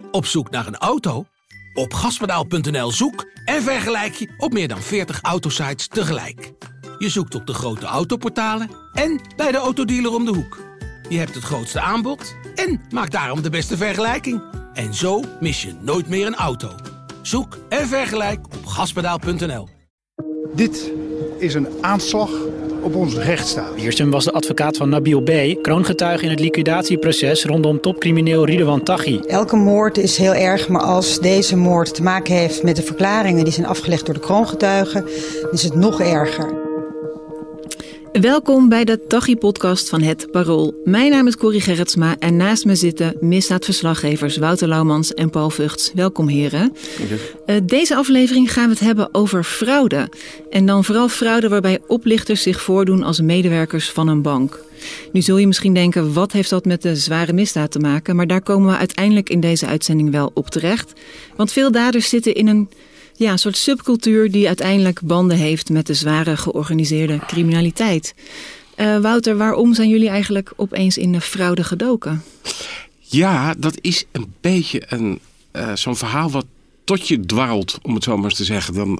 Op zoek naar een auto? Op gaspedaal.nl zoek en vergelijk je op meer dan 40 autosites tegelijk. Je zoekt op de grote autoportalen en bij de autodealer om de hoek. Je hebt het grootste aanbod en maakt daarom de beste vergelijking. En zo mis je nooit meer een auto. Zoek en vergelijk op gaspedaal.nl. Dit is een aanslag op onze rechtsstaat. Wiersum was de advocaat van Nabil B., kroongetuige in het liquidatieproces rondom topcrimineel Ridouan Taghi. Elke moord is heel erg, maar als deze moord te maken heeft met de verklaringen die zijn afgelegd door de kroongetuigen, is het nog erger. Welkom bij de Taghi-podcast van Het Parool. Mijn naam is Corrie Gerritsma en naast me zitten misdaadverslaggevers Wouter Laumans en Paul Vugts. Welkom heren. Deze aflevering gaan we het hebben over fraude. En dan vooral fraude waarbij oplichters zich voordoen als medewerkers van een bank. Nu zul je misschien denken, wat heeft dat met de zware misdaad te maken? Maar daar komen we uiteindelijk in deze uitzending wel op terecht. Want veel daders zitten in een soort subcultuur die uiteindelijk banden heeft met de zware georganiseerde criminaliteit. Wouter, waarom zijn jullie eigenlijk opeens in de fraude gedoken? Ja, dat is een beetje zo'n verhaal wat tot je dwarrelt, om het zo maar eens te zeggen.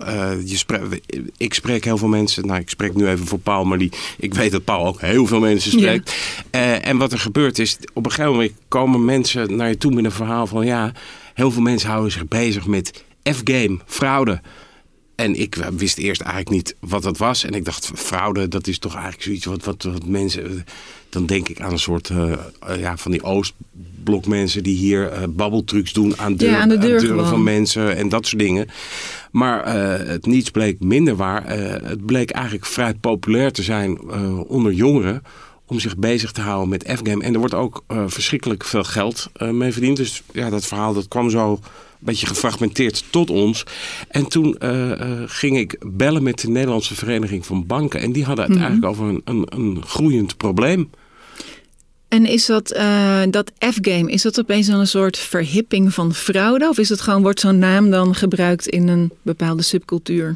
Ik spreek heel veel mensen, ik spreek nu even voor Paul, maar ik weet dat Paul ook heel veel mensen spreekt. Ja. En wat er gebeurt is, op een gegeven moment komen mensen naar je toe met een verhaal van heel veel mensen houden zich bezig met F-game, fraude. En ik wist eerst eigenlijk niet wat dat was. En ik dacht, fraude, dat is toch eigenlijk zoiets wat mensen... Dan denk ik aan een soort van die Oostblok mensen die hier babbeltrucs doen aan de deuren van mensen en dat soort dingen. Maar het niets bleek minder waar. Het bleek eigenlijk vrij populair te zijn onder jongeren om zich bezig te houden met F-game. En er wordt ook verschrikkelijk veel geld mee verdiend. Dus dat verhaal dat kwam zo een beetje gefragmenteerd tot ons. En toen ging ik bellen met de Nederlandse Vereniging van Banken. En die hadden het eigenlijk over een groeiend probleem. En is dat F-game, is dat opeens dan een soort verhipping van fraude? Of is het gewoon, wordt zo'n naam dan gebruikt in een bepaalde subcultuur?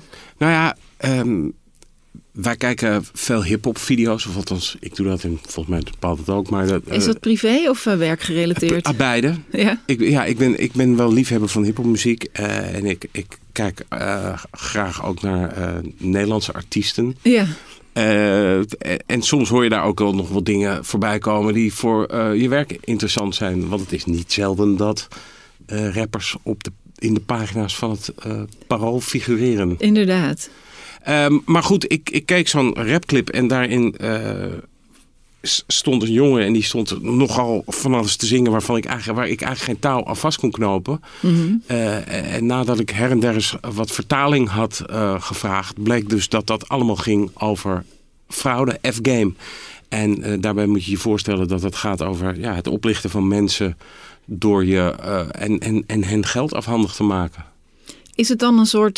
Wij kijken veel hip-hop video's, of althans, ik doe dat en volgens mij bepaalt het ook. Maar is dat privé of werkgerelateerd? Beide. Ja? Ik ben wel liefhebber van hip-hop muziek en ik kijk graag ook naar Nederlandse artiesten. Ja. En soms hoor je daar ook wel nog wat dingen voorbij komen die voor je werk interessant zijn. Want het is niet zelden dat rappers in de pagina's van het Parool figureren. Inderdaad. Maar goed, ik keek zo'n rapclip en daarin stond een jongen en die stond nogal van alles te zingen waar ik eigenlijk geen touw aan vast kon knopen. Mm-hmm. En nadat ik her en der eens wat vertaling had gevraagd, bleek dus dat allemaal ging over fraude, F-game. En daarbij moet je je voorstellen dat het gaat over het oplichten van mensen door je en hen geld afhandig te maken. Is het dan een soort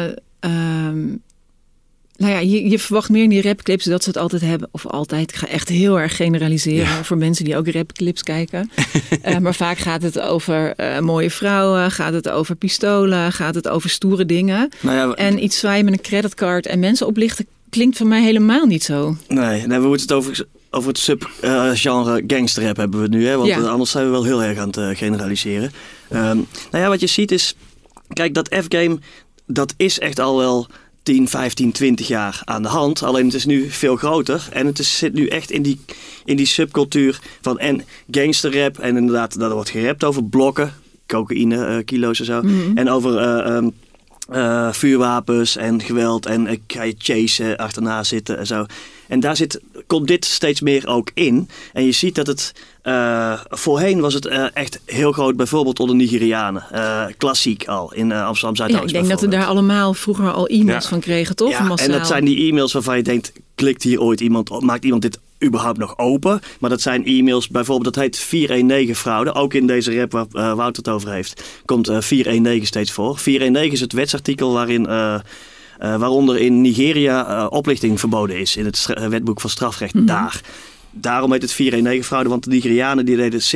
je verwacht meer in die rapclips dat ze het altijd hebben. Of altijd. Ik ga echt heel erg generaliseren voor mensen die ook rapclips kijken. Maar vaak gaat het over mooie vrouwen. Gaat het over pistolen. Gaat het over stoere dingen. En iets zwaaien met een creditcard en mensen oplichten klinkt voor mij helemaal niet zo. Nee, we moeten het over het subgenre gangsterrap hebben we het nu. Hè? Want anders zijn we wel heel erg aan het generaliseren. Wat je ziet is, kijk, dat F-game, dat is echt al wel 10, 15, 20 jaar aan de hand. Alleen het is nu veel groter. En het zit nu echt in die subcultuur van gangsterrap. En inderdaad, daar wordt gerapt over blokken, cocaïne, kilo's en zo. Mm-hmm. En over vuurwapens en geweld. En ga je chasen, achterna zitten en zo. En daar komt dit steeds meer ook in. En je ziet dat het voorheen was het echt heel groot, bijvoorbeeld onder Nigerianen. Klassiek al in Amsterdam Zuidoost. Ik denk dat we daar allemaal vroeger al e-mails van kregen, toch? Ja, en dat zijn die e-mails waarvan je denkt, klikt hier ooit iemand op? Maakt iemand dit überhaupt nog open? Maar dat zijn e-mails, bijvoorbeeld, dat heet 419 fraude. Ook in deze rap waar Wouter het over heeft, komt 419 steeds voor. 419 is het wetsartikel waarin waaronder in Nigeria oplichting verboden is in het wetboek van strafrecht daar. Daarom heet het 419 fraude, want de Nigerianen die deden sinds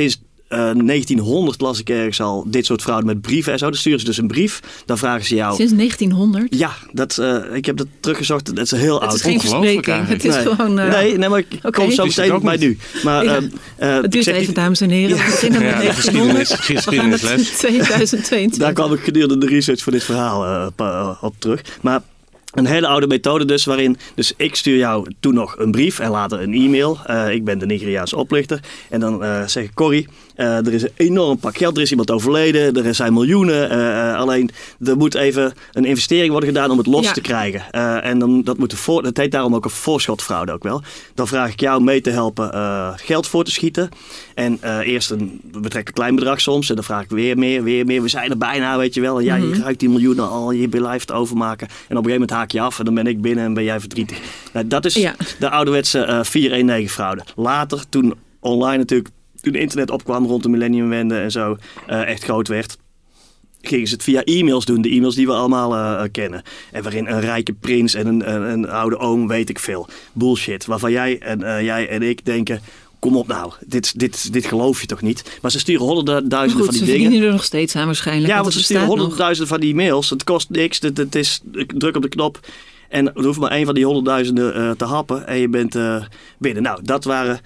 1900 las ik ergens al dit soort fraude met brieven en zo. Dan sturen ze dus een brief. Dan vragen ze jou... Sinds 1900? Ja, ik heb dat teruggezocht. Dat is heel oud. Het is geen verspreking. Het is gewoon... Nee, maar ik kom zo meteen op mij nu. Maar, het duurt even, dames en heren. We beginnen met 1900. Geschiedenisles. 2022. Daar kwam ik gedurende de research voor dit verhaal op terug. Maar... Een hele oude methode dus, waarin dus ik stuur jou toen nog een brief en later een e-mail. Ik ben de Nigeriaanse oplichter. En dan zeg ik, Corrie, er is een enorm pak geld, er is iemand overleden, er zijn miljoenen. Alleen, er moet even een investering worden gedaan om het los te krijgen. En dan, dat heet daarom ook een voorschotfraude ook wel. Dan vraag ik jou mee te helpen geld voor te schieten. En eerst een betrekkelijk klein bedrag soms. En dan vraag ik weer meer. We zijn er bijna, weet je wel. En ja, je ruikt die miljoenen al, je blijft overmaken. En op een gegeven moment haak je af en dan ben ik binnen en ben jij verdrietig. Nou, dat is de ouderwetse 419 fraude. Later, toen online natuurlijk, toen internet opkwam rond de millenniumwende en zo, echt groot werd, gingen ze het via e-mails doen. De e-mails die we allemaal kennen. En waarin een rijke prins en een oude oom, weet ik veel. Bullshit. Waarvan jij en ik denken, kom op nou, dit geloof je toch niet? Maar ze sturen honderdduizenden van die dingen. Ze verdienen er nog steeds aan waarschijnlijk. Ja, want ze sturen honderdduizenden van die mails. Het kost niks. Het is, druk op de knop. En er hoeft maar één van die honderdduizenden te happen. En je bent binnen. Nou, dat waren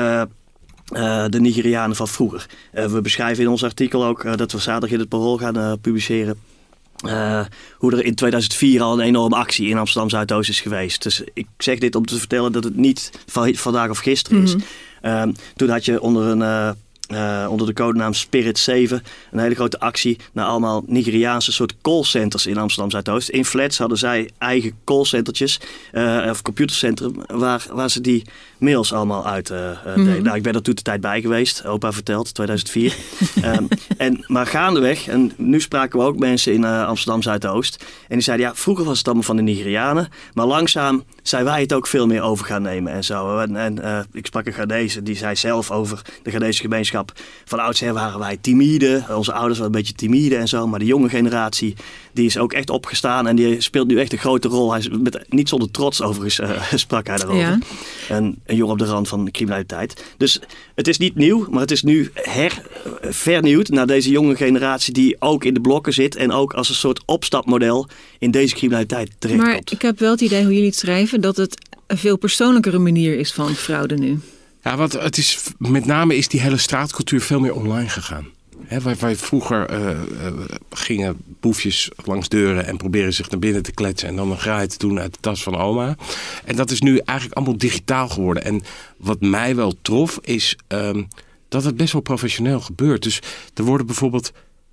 de Nigerianen van vroeger. We beschrijven in ons artikel ook dat we zaterdag in het Parool gaan publiceren. Hoe er in 2004 al een enorme actie in Amsterdam Zuidoost is geweest. Dus ik zeg dit om te vertellen dat het niet van vandaag of gisteren is. Toen had je onder de codenaam Spirit 7 een hele grote actie naar allemaal Nigeriaanse soort callcenters in Amsterdam Zuidoost. In flats hadden zij eigen callcentertjes of computercentrum waar ze die mails allemaal uit deden. Nou, ik ben er toen de tijd bij geweest, opa verteld, 2004. Maar gaandeweg, en nu spraken we ook mensen in Amsterdam Zuidoost. En die zeiden, ja, vroeger was het allemaal van de Nigerianen, maar langzaam zijn wij het ook veel meer over gaan nemen en zo. En ik sprak een Ghanese, die zei zelf over de Ghanese gemeenschap. Van oudsher waren wij timide, onze ouders waren een beetje timide en zo. Maar de jonge generatie, die is ook echt opgestaan en die speelt nu echt een grote rol. Hij is niet zonder trots overigens sprak hij daarover. Ja. Een jong op de rand van criminaliteit. Dus het is niet nieuw, maar het is nu vernieuwd naar deze jonge generatie die ook in de blokken zit en ook als een soort opstapmodel in deze criminaliteit terechtkomt. Maar ik heb wel het idee, hoe jullie het schrijven, dat het een veel persoonlijkere manier is van fraude nu. Ja, want het is, met name is die hele straatcultuur veel meer online gegaan. Waar vroeger gingen boefjes langs deuren en proberen zich naar binnen te kletsen en dan een graai te doen uit de tas van oma. En dat is nu eigenlijk allemaal digitaal geworden. En wat mij wel trof is dat het best wel professioneel gebeurt. Dus er worden bijvoorbeeld...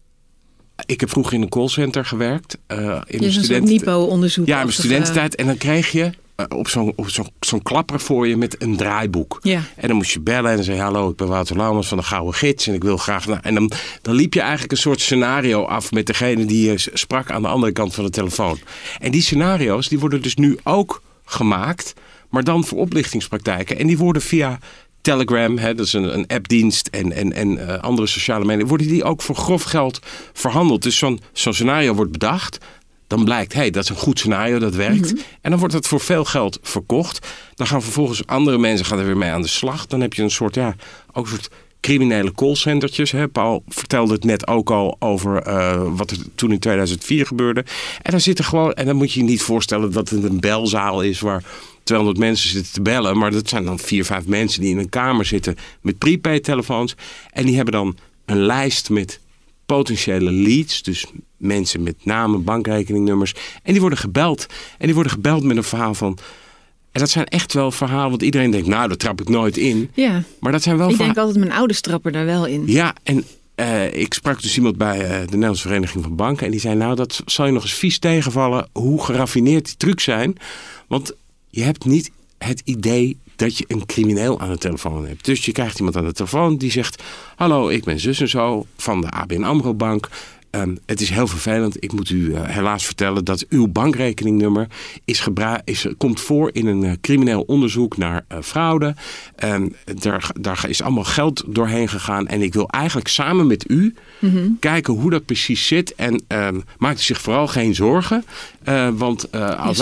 Ik heb vroeger in een callcenter gewerkt. In een soort NIPO-onderzoek. Ja, in mijn studententijd. En dan kreeg je op zo'n klapper voor je met een draaiboek. Ja. En dan moest je bellen en dan zei je, hallo, ik ben Wouter Laumans van de Gouden Gids en ik wil graag... En dan liep je eigenlijk een soort scenario af met degene die je sprak aan de andere kant van de telefoon. En die scenario's die worden dus nu ook gemaakt, maar dan voor oplichtingspraktijken. En die worden via Telegram, dat is een appdienst en andere sociale media, worden die ook voor grof geld verhandeld. Dus zo'n scenario wordt bedacht. Dan blijkt, dat is een goed scenario, dat werkt. En dan wordt het voor veel geld verkocht. Dan gaan vervolgens andere mensen er weer mee aan de slag. Dan heb je een soort, ook een soort criminele callcentertjes. Paul vertelde het net ook al over wat er toen in 2004 gebeurde. En dan zitten gewoon, en dan moet je je niet voorstellen dat het een belzaal is waar 200 mensen zitten te bellen. Maar dat zijn dan 4-5 mensen die in een kamer zitten met prepaid telefoons. En die hebben dan een lijst met potentiële leads, dus mensen met namen, bankrekeningnummers. En die worden gebeld. En die worden gebeld met een verhaal van... En dat zijn echt wel verhalen, want iedereen denkt, nou, daar trap ik nooit in. Ja. Maar dat zijn wel denk altijd, mijn ouders trappen daar wel in. Ja, en ik sprak dus iemand bij de Nederlandse Vereniging van Banken. En die zei, nou, dat zal je nog eens vies tegenvallen hoe geraffineerd die trucs zijn. Want je hebt niet het idee dat je een crimineel aan de telefoon hebt. Dus je krijgt iemand aan de telefoon die zegt, hallo, ik ben zus en zo van de ABN AMRO Bank. Het is heel vervelend. Ik moet u helaas vertellen dat uw bankrekeningnummer komt voor in een crimineel onderzoek naar fraude. Daar is allemaal geld doorheen gegaan. En ik wil eigenlijk samen met u kijken hoe dat precies zit. En maakt u zich vooral geen zorgen. Want als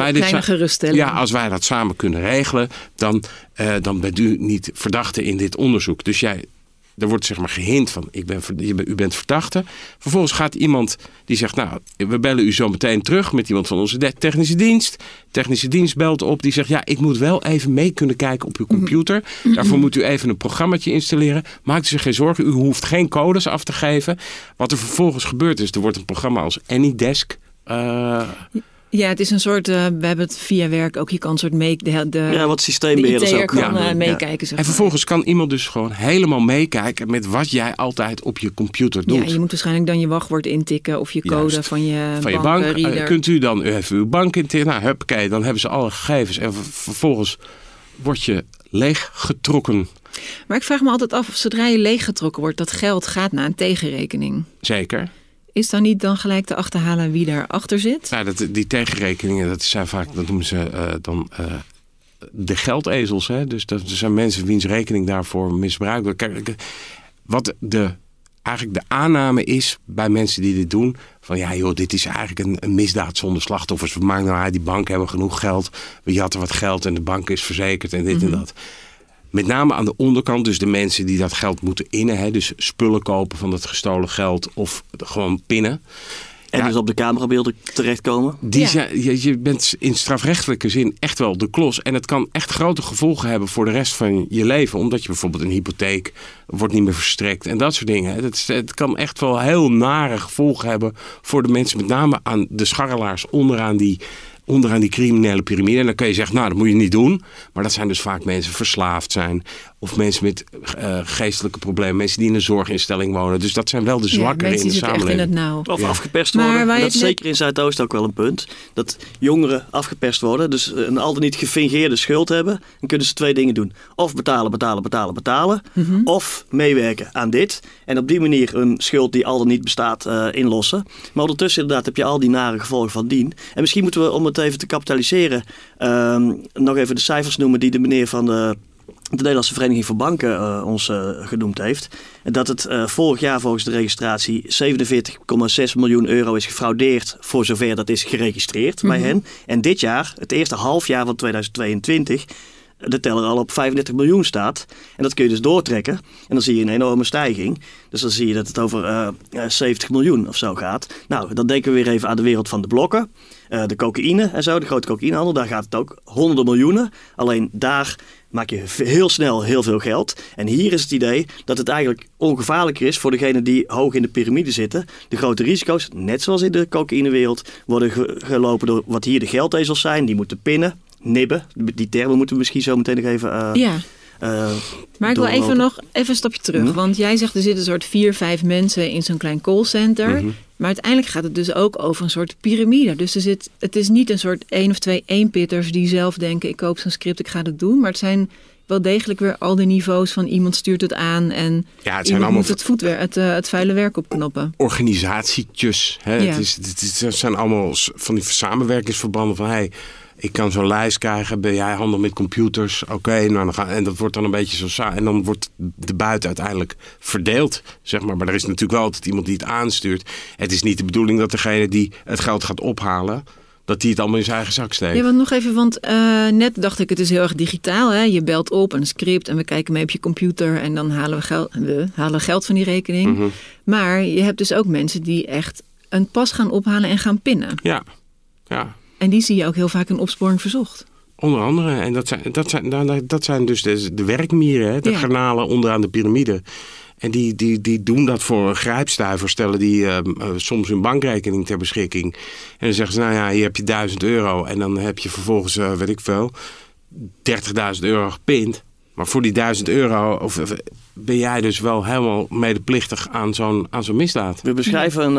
wij dat samen kunnen regelen, dan bent u niet verdachte in dit onderzoek. Dus jij Er wordt zeg maar gehint van, u bent verdachte. Vervolgens gaat iemand die zegt, nou, we bellen u zo meteen terug met iemand van onze technische dienst. Technische dienst belt op, die zegt, ja, ik moet wel even mee kunnen kijken op uw computer. Daarvoor moet u even een programmaatje installeren. Maakt u zich geen zorgen, u hoeft geen codes af te geven. Wat er vervolgens gebeurt is, er wordt een programma als AnyDesk... Ja, het is een soort, we hebben het via werk ook, je kan een soort wat systeembeheerders ook kan meekijken. Zeg maar. En vervolgens kan iemand dus gewoon helemaal meekijken met wat jij altijd op je computer doet. Ja, je moet waarschijnlijk dan je wachtwoord intikken of je code van je bank. Kunt u dan even uw bank intikken? Nou, huppakee, dan hebben ze alle gegevens. En vervolgens word je leeggetrokken. Maar ik vraag me altijd af, zodra je leeggetrokken wordt, dat geld gaat naar een tegenrekening. Zeker. Is dan niet dan gelijk te achterhalen wie daarachter zit? Ja, die tegenrekeningen, dat noemen ze de geldezels. Hè? Dus dat zijn mensen wiens rekening daarvoor misbruikt wordt. Kijk, wat eigenlijk de aanname is bij mensen die dit doen, van ja joh, dit is eigenlijk een misdaad zonder slachtoffers. We maken nou, die banken hebben genoeg geld, we jatten wat geld en de bank is verzekerd en dit en dat. Met name aan de onderkant, dus de mensen die dat geld moeten innen. Hè, dus spullen kopen van dat gestolen geld of gewoon pinnen. En dus op de camerabeelden terechtkomen. Je bent in strafrechtelijke zin echt wel de klos. En het kan echt grote gevolgen hebben voor de rest van je leven. Omdat je bijvoorbeeld een hypotheek wordt niet meer verstrekt. En dat soort dingen. Het kan echt wel heel nare gevolgen hebben voor de mensen. Met name aan de scharrelaars onderaan die criminele piramide. En dan kun je zeggen, nou, dat moet je niet doen. Maar dat zijn dus vaak mensen verslaafd zijn. Of mensen met geestelijke problemen. Mensen die in een zorginstelling wonen. Dus dat zijn wel de zwakkeren in de samenleving. Echt in het nauw. Of afgeperst worden. Dat is zeker in Zuidoost ook wel een punt. Dat jongeren afgeperst worden. Dus een al dan niet gefingeerde schuld hebben. Dan kunnen ze 2 dingen doen. Of betalen. Of meewerken aan dit. En op die manier een schuld die al dan niet bestaat inlossen. Maar ondertussen inderdaad heb je al die nare gevolgen van dien. En misschien moeten we, om het even te kapitaliseren, nog even de cijfers noemen die de meneer van de Nederlandse Vereniging voor Banken ons genoemd heeft. Dat het vorig jaar volgens de registratie 47,6 miljoen euro is gefraudeerd voor zover dat is geregistreerd bij hen. En dit jaar, het eerste halfjaar van 2022, de teller al op 35 miljoen staat. En dat kun je dus doortrekken. En dan zie je een enorme stijging. Dus dan zie je dat het over 70 miljoen of zo gaat. Nou, dan denken we weer even aan de wereld van de blokken. De cocaïne en zo, de grote cocaïnehandel. Daar gaat het ook honderden miljoenen. Alleen daar maak je heel snel heel veel geld. En hier is het idee dat het eigenlijk ongevaarlijker is voor degenen die hoog in de piramide zitten. De grote risico's, net zoals in de cocaïnewereld, worden gelopen door wat hier de geldezels zijn. Die moeten pinnen, nibben. Die termen moeten we misschien zo meteen nog even maar ik wil even een stapje terug. Want jij zegt er zitten een soort 4-5 mensen in zo'n klein callcenter. Maar uiteindelijk gaat het dus ook over een soort piramide. Dus het is niet een soort 1 of 2 eenpitters die zelf denken, ik koop zo'n script, ik ga het doen. Maar het zijn wel degelijk weer al de niveaus van iemand stuurt het aan en iemand moet het vuile werk opknoppen. Organisatietjes. Hè? Ja. Het zijn allemaal van die samenwerkingsverbanden van ik kan zo'n lijst krijgen, ben jij handel met computers? Oké, nou en dat wordt dan een beetje zo saai. En dan wordt de buit uiteindelijk verdeeld, zeg maar. Maar er is natuurlijk wel altijd iemand die het aanstuurt. Het is niet de bedoeling dat degene die het geld gaat ophalen, dat die het allemaal in zijn eigen zak steekt. Ja, want nog even, want net dacht ik, het is heel erg digitaal. Hè? Je belt op een script en we kijken mee op je computer en dan halen we geld van die rekening. Maar je hebt dus ook mensen die echt een pas gaan ophalen en gaan pinnen. Ja. En die zie je ook heel vaak in opsporing verzocht. Onder andere. En dat zijn dus de werkmieren, hè? De garnalen onderaan de piramide. En die doen dat voor een grijpstuiver, stellen die soms hun bankrekening ter beschikking. En dan zeggen ze, nou ja, hier heb je €1000. En dan heb je vervolgens, weet ik veel, €30.000 gepind. Maar voor die €1000 ben jij dus wel helemaal medeplichtig aan zo'n misdaad. We beschrijven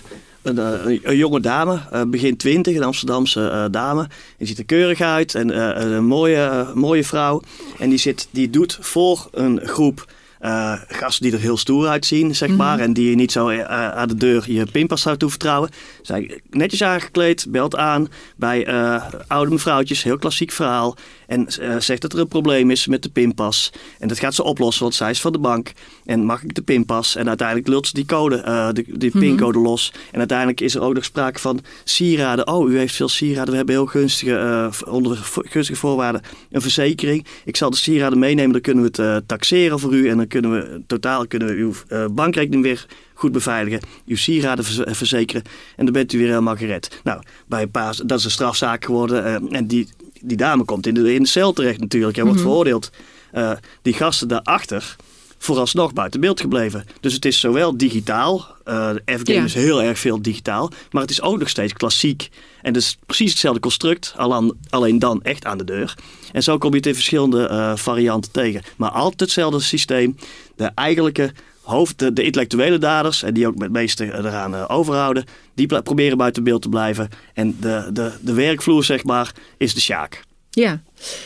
een jonge dame, begin 20, een Amsterdamse dame. Die ziet er keurig uit en een mooie vrouw. En die doet voor een groep gasten die er heel stoer uitzien, zeg maar. En die je niet zo aan de deur je pinpas zou toevertrouwen. Zij netjes aangekleed, belt aan bij oude mevrouwtjes, heel klassiek verhaal. En zegt dat er een probleem is met de pinpas. En dat gaat ze oplossen, want zij is van de bank. En mag ik de pinpas? En uiteindelijk lult ze die code, die pincode los. En uiteindelijk is er ook nog sprake van sieraden. Oh, u heeft veel sieraden. We hebben heel gunstige, onder gunstige voorwaarden een verzekering. Ik zal de sieraden meenemen, dan kunnen we het taxeren voor u. En dan totaal kunnen we uw bankrekening weer goed beveiligen, uw sieraden verzekeren en dan bent u weer helemaal gered. Nou, bij een paar, dat is een strafzaak geworden en die dame komt in de cel terecht natuurlijk en wordt veroordeeld. Die gasten daarachter vooralsnog buiten beeld gebleven. Dus het is zowel digitaal, de F-game is heel erg veel digitaal, maar het is ook nog steeds klassiek. En dus precies hetzelfde construct, alleen dan echt aan de deur. En zo kom je het in verschillende varianten tegen. Maar altijd hetzelfde systeem. De eigenlijke de intellectuele daders, en die ook het meeste eraan overhouden, die proberen buiten beeld te blijven. En de werkvloer, zeg maar, is de sjaak. Ja.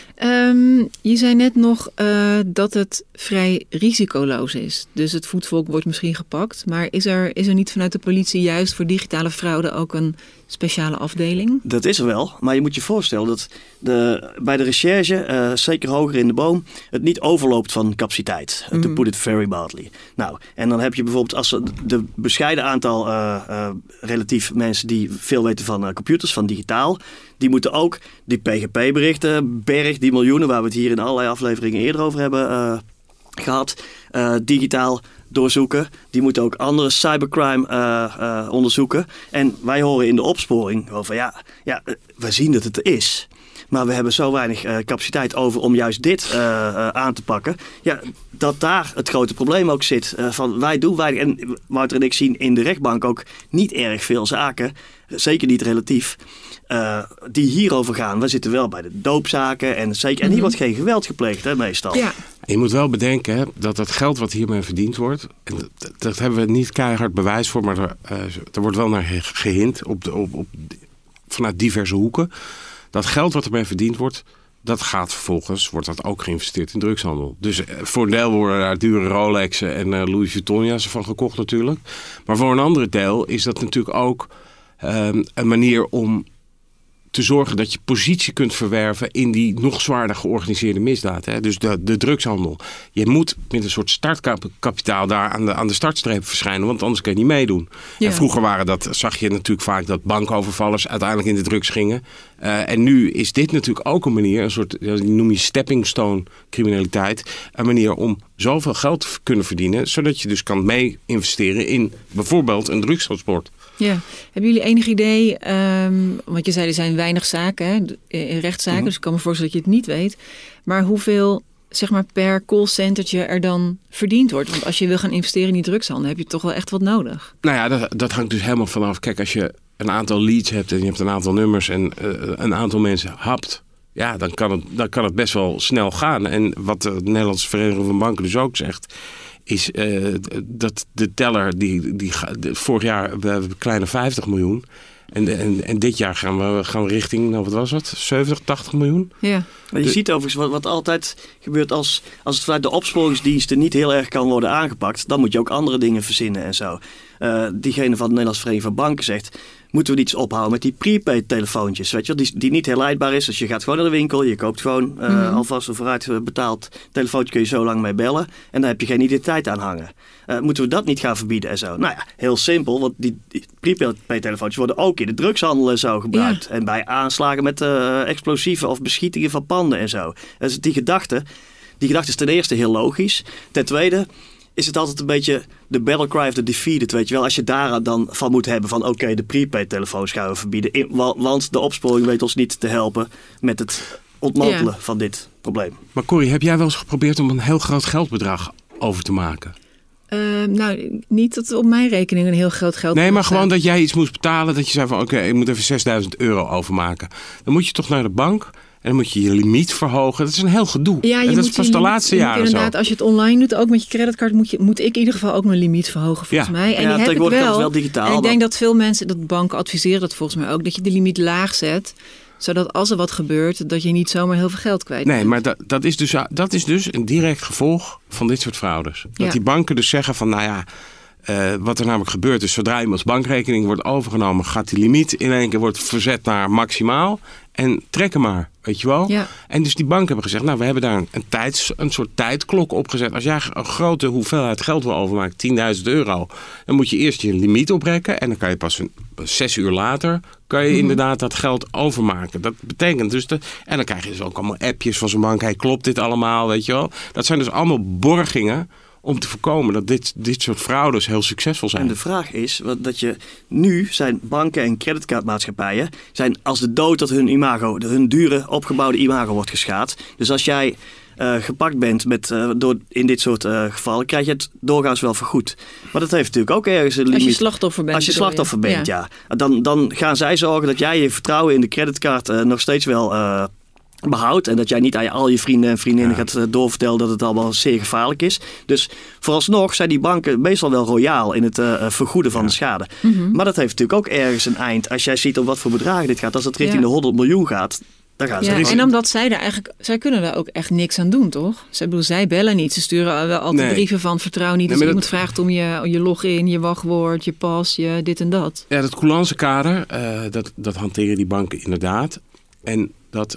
Je zei net nog dat het vrij risicoloos is. Dus het voetvolk wordt misschien gepakt. Maar is er niet vanuit de politie juist voor digitale fraude ook een speciale afdeling? Dat is er wel. Maar je moet je voorstellen dat bij de recherche, zeker hoger in de boom, het niet overloopt van capaciteit. To put it very mildly. Nou, en dan heb je bijvoorbeeld als de bescheiden aantal relatief mensen die veel weten van computers, van digitaal, die moeten ook die PGP-berichten, die miljoenen waar we het hier in allerlei afleveringen eerder over hebben gehad, digitaal doorzoeken. Die moeten ook andere cybercrime onderzoeken. En wij horen in de opsporing over, we zien dat het er is. Maar we hebben zo weinig capaciteit over om juist dit aan te pakken. Ja, dat daar het grote probleem ook zit. Van wij doen weinig. En Wouter en ik zien in de rechtbank ook niet erg veel zaken. Zeker niet relatief. Die hierover gaan. We zitten wel bij de doopzaken. En hier wordt geen geweld gepleegd, hè, meestal. Ja. Je moet wel bedenken, hè, dat het geld wat hiermee verdiend wordt, en dat hebben we niet keihard bewijs voor, maar er wordt wel naar gehint vanuit diverse hoeken. Dat geld wat ermee verdiend wordt, dat gaat vervolgens, wordt dat ook geïnvesteerd in drugshandel. Dus voor een deel worden daar dure Rolexen en Louis Vuitton van gekocht natuurlijk. Maar voor een andere deel is dat natuurlijk ook een manier om te zorgen dat je positie kunt verwerven in die nog zwaarder georganiseerde misdaad. Hè? Dus de drugshandel. Je moet met een soort startkapitaal daar aan de startstreep verschijnen, want anders kun je niet meedoen. Ja. En vroeger zag je natuurlijk vaak dat bankovervallers uiteindelijk in de drugs gingen. En nu is dit natuurlijk ook een manier, een soort, die noem je stepping stone criminaliteit, een manier om zoveel geld te kunnen verdienen, zodat je dus kan mee investeren in bijvoorbeeld een drugstransport. Ja. Hebben jullie enig idee, want je zei er zijn weinig zaken, hè, in rechtszaken, dus ik kan me voorstellen dat je het niet weet, maar hoeveel, zeg maar, per callcentertje er dan verdiend wordt? Want als je wil gaan investeren in die drugshandel, heb je toch wel echt wat nodig. Nou ja, dat hangt dus helemaal vanaf. Kijk, als je een aantal leads hebt en je hebt een aantal nummers en een aantal mensen hapt, ja, dan kan het best wel snel gaan. En wat de Nederlandse Vereniging van Banken dus ook zegt, is dat de teller, vorig jaar we hebben kleine 50 miljoen. En dit jaar gaan we richting, wat was het? 70, 80 miljoen? Ja. Maar je ziet overigens wat altijd gebeurt als het vanuit de opsporingsdiensten niet heel erg kan worden aangepakt, dan moet je ook andere dingen verzinnen en zo. Diegene van de Nederlandse Vereniging van Banken zegt, moeten we iets ophouden met die prepaid telefoontjes, weet je wel, die niet herleidbaar is. Dus je gaat gewoon naar de winkel, je koopt gewoon alvast een vooruit betaald telefoontje, kun je zo lang mee bellen en daar heb je geen identiteit aan hangen. Moeten we dat niet gaan verbieden en zo? Nou ja, heel simpel, want die prepaid telefoontjes worden ook in de drugshandel en zo gebruikt. Ja. En bij aanslagen met explosieven of beschietingen van panden en zo. Dus die gedachte is ten eerste heel logisch. Ten tweede is het altijd een beetje de battle cry of the defeated, weet je wel. Als je daar dan van moet hebben van oké, de prepaid telefoons gaan we verbieden. Want de opsporing weet ons niet te helpen met het ontmantelen van dit probleem. Maar Corrie, heb jij wel eens geprobeerd om een heel groot geldbedrag over te maken? Nou, niet dat op mijn rekening een heel groot geld. Nee, maar gewoon dat jij iets moest betalen. Dat je zei van oké, ik moet even €6.000 overmaken. Dan moet je toch naar de bank en dan moet je je limiet verhogen. Dat is een heel gedoe. Ja, en dat is pas de laatste jaren inderdaad, zo. Als je het online doet, ook met je creditcard, moet ik in ieder geval ook mijn limiet verhogen volgens mij. En die heb ik wel digitaal. En ik denk dat veel mensen, dat banken adviseren dat volgens mij ook, dat je de limiet laag zet, zodat als er wat gebeurt, dat je niet zomaar heel veel geld kwijt bent. Nee, maar dat is dus een direct gevolg van dit soort fraudes. Dat die banken dus zeggen van, nou ja, wat er namelijk gebeurt is, zodra iemands bankrekening wordt overgenomen, gaat die limiet in één keer wordt verzet naar maximaal. En trekken maar, weet je wel. Ja. En dus die banken hebben gezegd, nou, we hebben daar een soort tijdklok op gezet. Als jij een grote hoeveelheid geld wil overmaken, €10.000, dan moet je eerst je limiet oprekken. En dan kan je pas 6 uur later, kan je inderdaad dat geld overmaken. Dat betekent dus, en dan krijg je dus ook allemaal appjes van zo'n bank. Hey, klopt dit allemaal, weet je wel. Dat zijn dus allemaal borgingen om te voorkomen dat dit soort fraudes heel succesvol zijn. En de vraag is dat je nu zijn banken en creditcardmaatschappijen zijn als de dood dat hun imago, hun dure opgebouwde imago wordt geschaad. Dus als jij gepakt bent in dit soort gevallen, krijg je het doorgaans wel vergoed. Maar dat heeft natuurlijk ook ergens een limiet. Als je slachtoffer bent. Als je slachtoffer bent, ja. Dan gaan zij zorgen dat jij je vertrouwen in de creditcard nog steeds wel behoudt. En dat jij niet aan al je vrienden en vriendinnen gaat doorvertellen dat het allemaal zeer gevaarlijk is. Dus vooralsnog zijn die banken meestal wel royaal in het vergoeden van de schade. Mm-hmm. Maar dat heeft natuurlijk ook ergens een eind. Als jij ziet om wat voor bedragen dit gaat, als het richting de 100 miljoen gaat, dan gaan ze en omdat zij kunnen daar ook echt niks aan doen, toch? Zij bellen niet. Ze sturen wel altijd brieven van vertrouw niet. Als iemand vraagt om je login, je wachtwoord, je pas, je dit en dat. Ja, dat coulancenkader, dat hanteren die banken inderdaad. En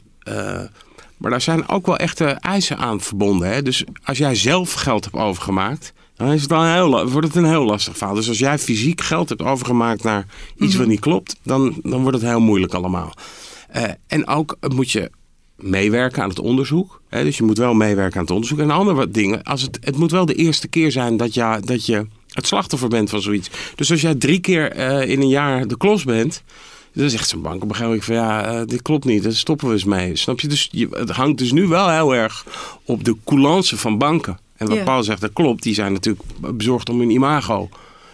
maar daar zijn ook wel echte eisen aan verbonden. Hè? Dus als jij zelf geld hebt overgemaakt, dan is het wordt het een heel lastig verhaal. Dus als jij fysiek geld hebt overgemaakt naar iets wat niet klopt, dan wordt het heel moeilijk allemaal. En ook moet je meewerken aan het onderzoek. Hè? Dus je moet wel meewerken aan het onderzoek. En andere dingen, het moet wel de eerste keer zijn dat je het slachtoffer bent van zoiets. Dus als jij 3 keer in een jaar de klos bent, dan zegt zo'n bank op een gegeven moment dit klopt niet, daar stoppen we eens mee. Snap je? Dus het hangt dus nu wel heel erg op de coulance van banken. En wat Paul zegt, dat klopt. Die zijn natuurlijk bezorgd om hun imago.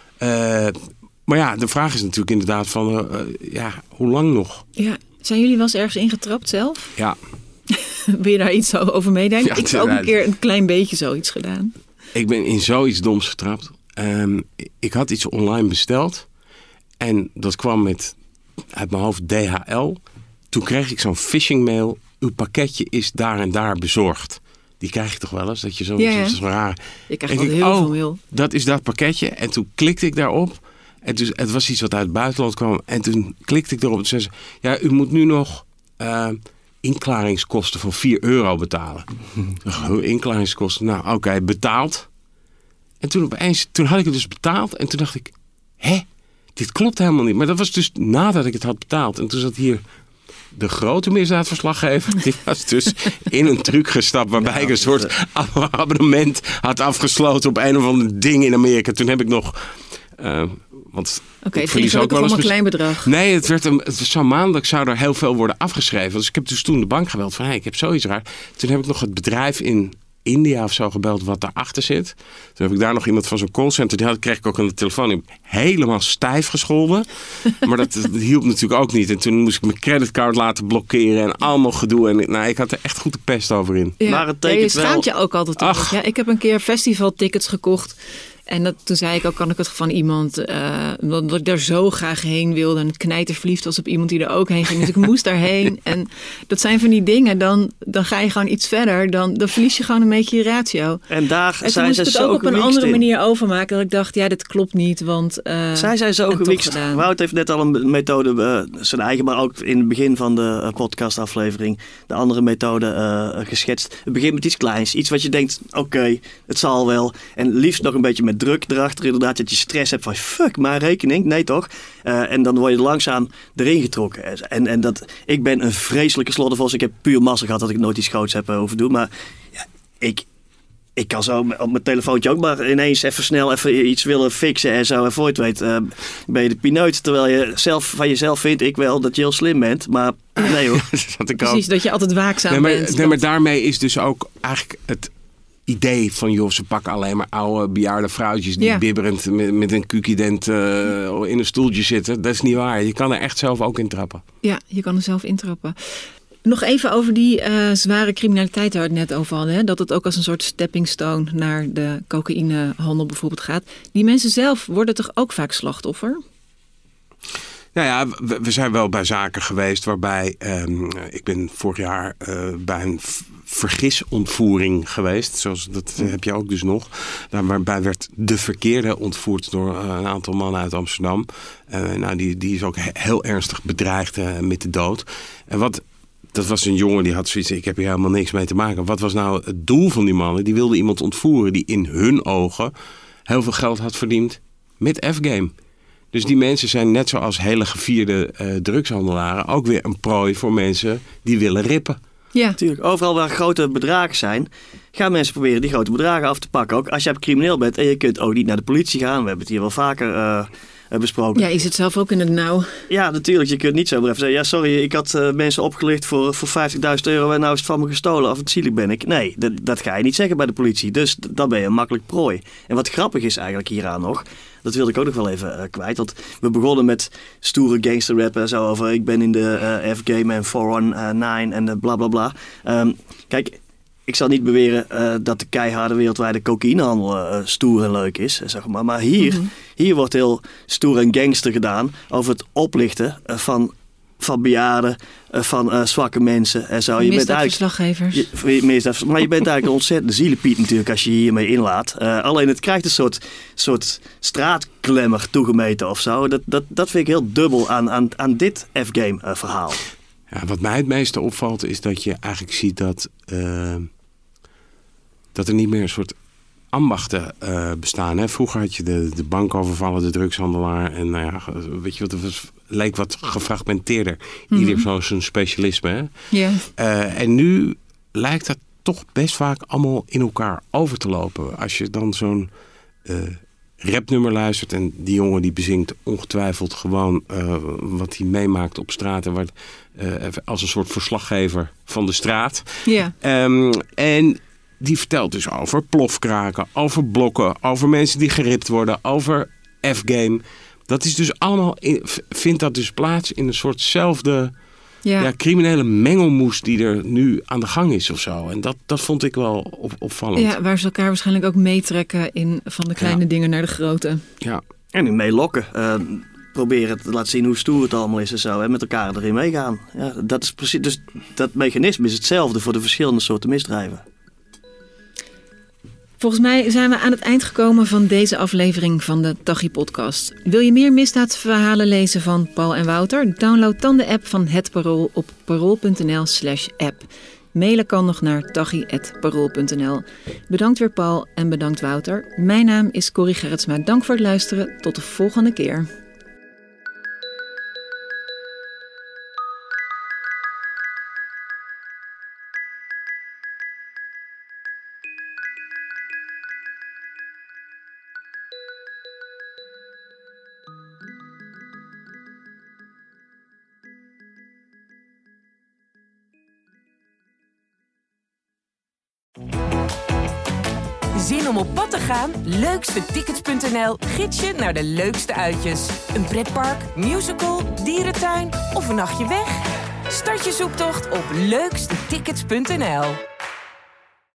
Maar ja, de vraag is natuurlijk inderdaad van, hoe lang nog? Ja. Zijn jullie wel eens ergens ingetrapt zelf? Ja. Wil je daar iets over meedenken? Ja, ik heb ook een keer een klein beetje zoiets gedaan. Ik ben in zoiets doms getrapt. Ik had iets online besteld. En dat kwam uit mijn hoofd DHL. Toen kreeg ik zo'n phishing mail. Uw pakketje is daar en daar bezorgd. Die krijg je toch wel eens? Dat je zo raar. Je krijgt wel heel veel mail. Dat is dat pakketje. En toen klikte ik daarop. En dus, het was iets wat uit het buitenland kwam. En toen klikte ik erop en zei ze, u moet nu nog inklaringskosten van €4 betalen. Inklaringskosten, nou oké, betaald. En toen had ik het dus betaald. En toen dacht ik, dit klopt helemaal niet. Maar dat was dus nadat ik het had betaald. En toen zat hier de grote misdaadverslaggever. Die was dus in een truc gestapt waarbij ik een soort abonnement had afgesloten op een of ander ding in Amerika. Toen heb ik nog... Oké, het ging ook om een klein bedrag. Nee, het was zo maandelijk zou er heel veel worden afgeschreven. Dus ik heb dus toen de bank gebeld van, ik heb zoiets raar. Toen heb ik nog het bedrijf in India of zo gebeld wat daarachter zit. Toen heb ik daar nog iemand van zo'n callcenter, die kreeg ik ook aan de telefoon. Ik heb helemaal stijf gescholden. Maar dat hielp natuurlijk ook niet. En toen moest ik mijn creditcard laten blokkeren en allemaal gedoe. En ik had er echt goed de pest over in. Ja, maar het je schaamt je ook altijd. Ja, ik heb een keer festivaltickets gekocht. En toen zei ik ook, kan ik het van iemand, dat ik daar zo graag heen wilde. En knijterverliefd was op iemand die er ook heen ging. Dus ik moest daarheen. En dat zijn van die dingen, dan ga je gewoon iets verder. Dan verlies je gewoon een beetje je ratio. En daar en zijn ze zo moest ik het ook op een andere manier overmaken. Dat ik dacht, dit klopt niet, want... zij zijn zo gewikt. Wout heeft net al een methode, zijn eigen, maar ook in het begin van de podcastaflevering, de andere methode geschetst. Het begint met iets kleins. Iets wat je denkt, oké, het zal wel. En liefst nog een beetje met druk erachter, inderdaad, dat je stress hebt van fuck, mijn rekening, nee toch? En dan word je langzaam erin getrokken. En ik ben een vreselijke sloddervos. Ik heb puur massa gehad dat ik nooit iets groots heb hoeven doen, maar ik kan zo op mijn telefoontje ook maar ineens even snel iets willen fixen en zo. En voor je het weet ben je de pineut. Terwijl je zelf van jezelf vindt ik wel dat je heel slim bent. Maar nee hoor. Precies, dat je altijd waakzaam bent. Nee, maar daarmee is dus ook eigenlijk het idee van, ze pakken alleen maar oude bejaarde vrouwtjes die bibberend met een kukident in een stoeltje zitten. Dat is niet waar. Je kan er echt zelf ook in trappen. Ja, je kan er zelf intrappen. Nog even over die zware criminaliteit waar we het net over hadden. Hè? Dat het ook als een soort stepping stone naar de cocaïnehandel bijvoorbeeld gaat. Die mensen zelf worden toch ook vaak slachtoffer? Nou ja, we zijn wel bij zaken geweest waarbij... ik ben vorig jaar bij een vergisontvoering geweest. Dat heb je ook dus nog. Waarbij werd de verkeerde ontvoerd door een aantal mannen uit Amsterdam. Die is ook heel ernstig bedreigd met de dood. En dat was een jongen die had zoiets, ik heb hier helemaal niks mee te maken. Wat was nou het doel van die mannen? Die wilden iemand ontvoeren die in hun ogen heel veel geld had verdiend met F-game. Dus die mensen zijn net zoals hele gevierde drugshandelaren ook weer een prooi voor mensen die willen rippen. Ja. Natuurlijk. Overal waar grote bedragen zijn, gaan mensen proberen die grote bedragen af te pakken. Ook als je crimineel bent en je kunt ook niet naar de politie gaan. We hebben het hier wel vaker besproken. Ja, je zit zelf ook in het nauw. Ja, natuurlijk. Je kunt niet zo even zeggen, ja sorry, ik had mensen opgelicht voor €50.000 en nou is het van me gestolen. Of het zielig ben ik. Nee, dat ga je niet zeggen bij de politie. Dus dan ben je een makkelijk prooi. En wat grappig is eigenlijk hieraan nog, dat wilde ik ook nog wel even kwijt. Want we begonnen met stoere gangsterrap en zo over ik ben in de F-game en 419 en bla bla bla. Kijk, ik zal niet beweren dat de keiharde wereldwijde cocaïnehandel stoer en leuk is, zeg maar. Maar hier wordt heel stoer en gangster gedaan over het oplichten van bejaarden, van zwakke mensen en zo. Misdaadverslaggevers. Maar je bent eigenlijk een ontzettende zielepiet natuurlijk als je hiermee inlaat. Alleen het krijgt een soort straatklemmer toegemeten of zo. Dat vind ik heel dubbel aan dit F-game verhaal. Ja, wat mij het meeste opvalt is dat je eigenlijk ziet dat er niet meer een soort ambachten bestaan. Hè? Vroeger had je de bankovervallen, de drugshandelaar. En nou ja, weet je wat, het leek wat gefragmenteerder. Ieder zo zijn specialisme. Hè? Yeah. En nu lijkt dat toch best vaak allemaal in elkaar over te lopen. Als je dan zo'n rapnummer luistert en die jongen die bezingt ongetwijfeld gewoon wat hij meemaakt op straat en wordt als een soort verslaggever van de straat. Ja. En die vertelt dus over plofkraken, over blokken, over mensen die geript worden, over F-game. Dat is dus allemaal vindt dat dus plaats in een soortzelfde criminele mengelmoes die er nu aan de gang is of zo. En dat vond ik wel opvallend. Ja, waar ze elkaar waarschijnlijk ook meetrekken in van de kleine dingen naar de grote. Ja. En nu meelokken. Proberen te laten zien hoe stoer het allemaal is en zo. En met elkaar erin meegaan. Ja, dat is precies. Dus dat mechanisme is hetzelfde voor de verschillende soorten misdrijven. Volgens mij zijn we aan het eind gekomen van deze aflevering van de Taghi Podcast. Wil je meer misdaadverhalen lezen van Paul en Wouter? Download dan de app van Het Parool op parool.nl/app. Mailen kan nog naar taghi@parool.nl. Bedankt weer Paul en bedankt Wouter. Mijn naam is Corrie Gerritsma. Dank voor het luisteren. Tot de volgende keer. Zin om op pad te gaan? Leukstetickets.nl gids je naar de leukste uitjes. Een pretpark, musical, dierentuin of een nachtje weg? Start je zoektocht op leukstetickets.nl.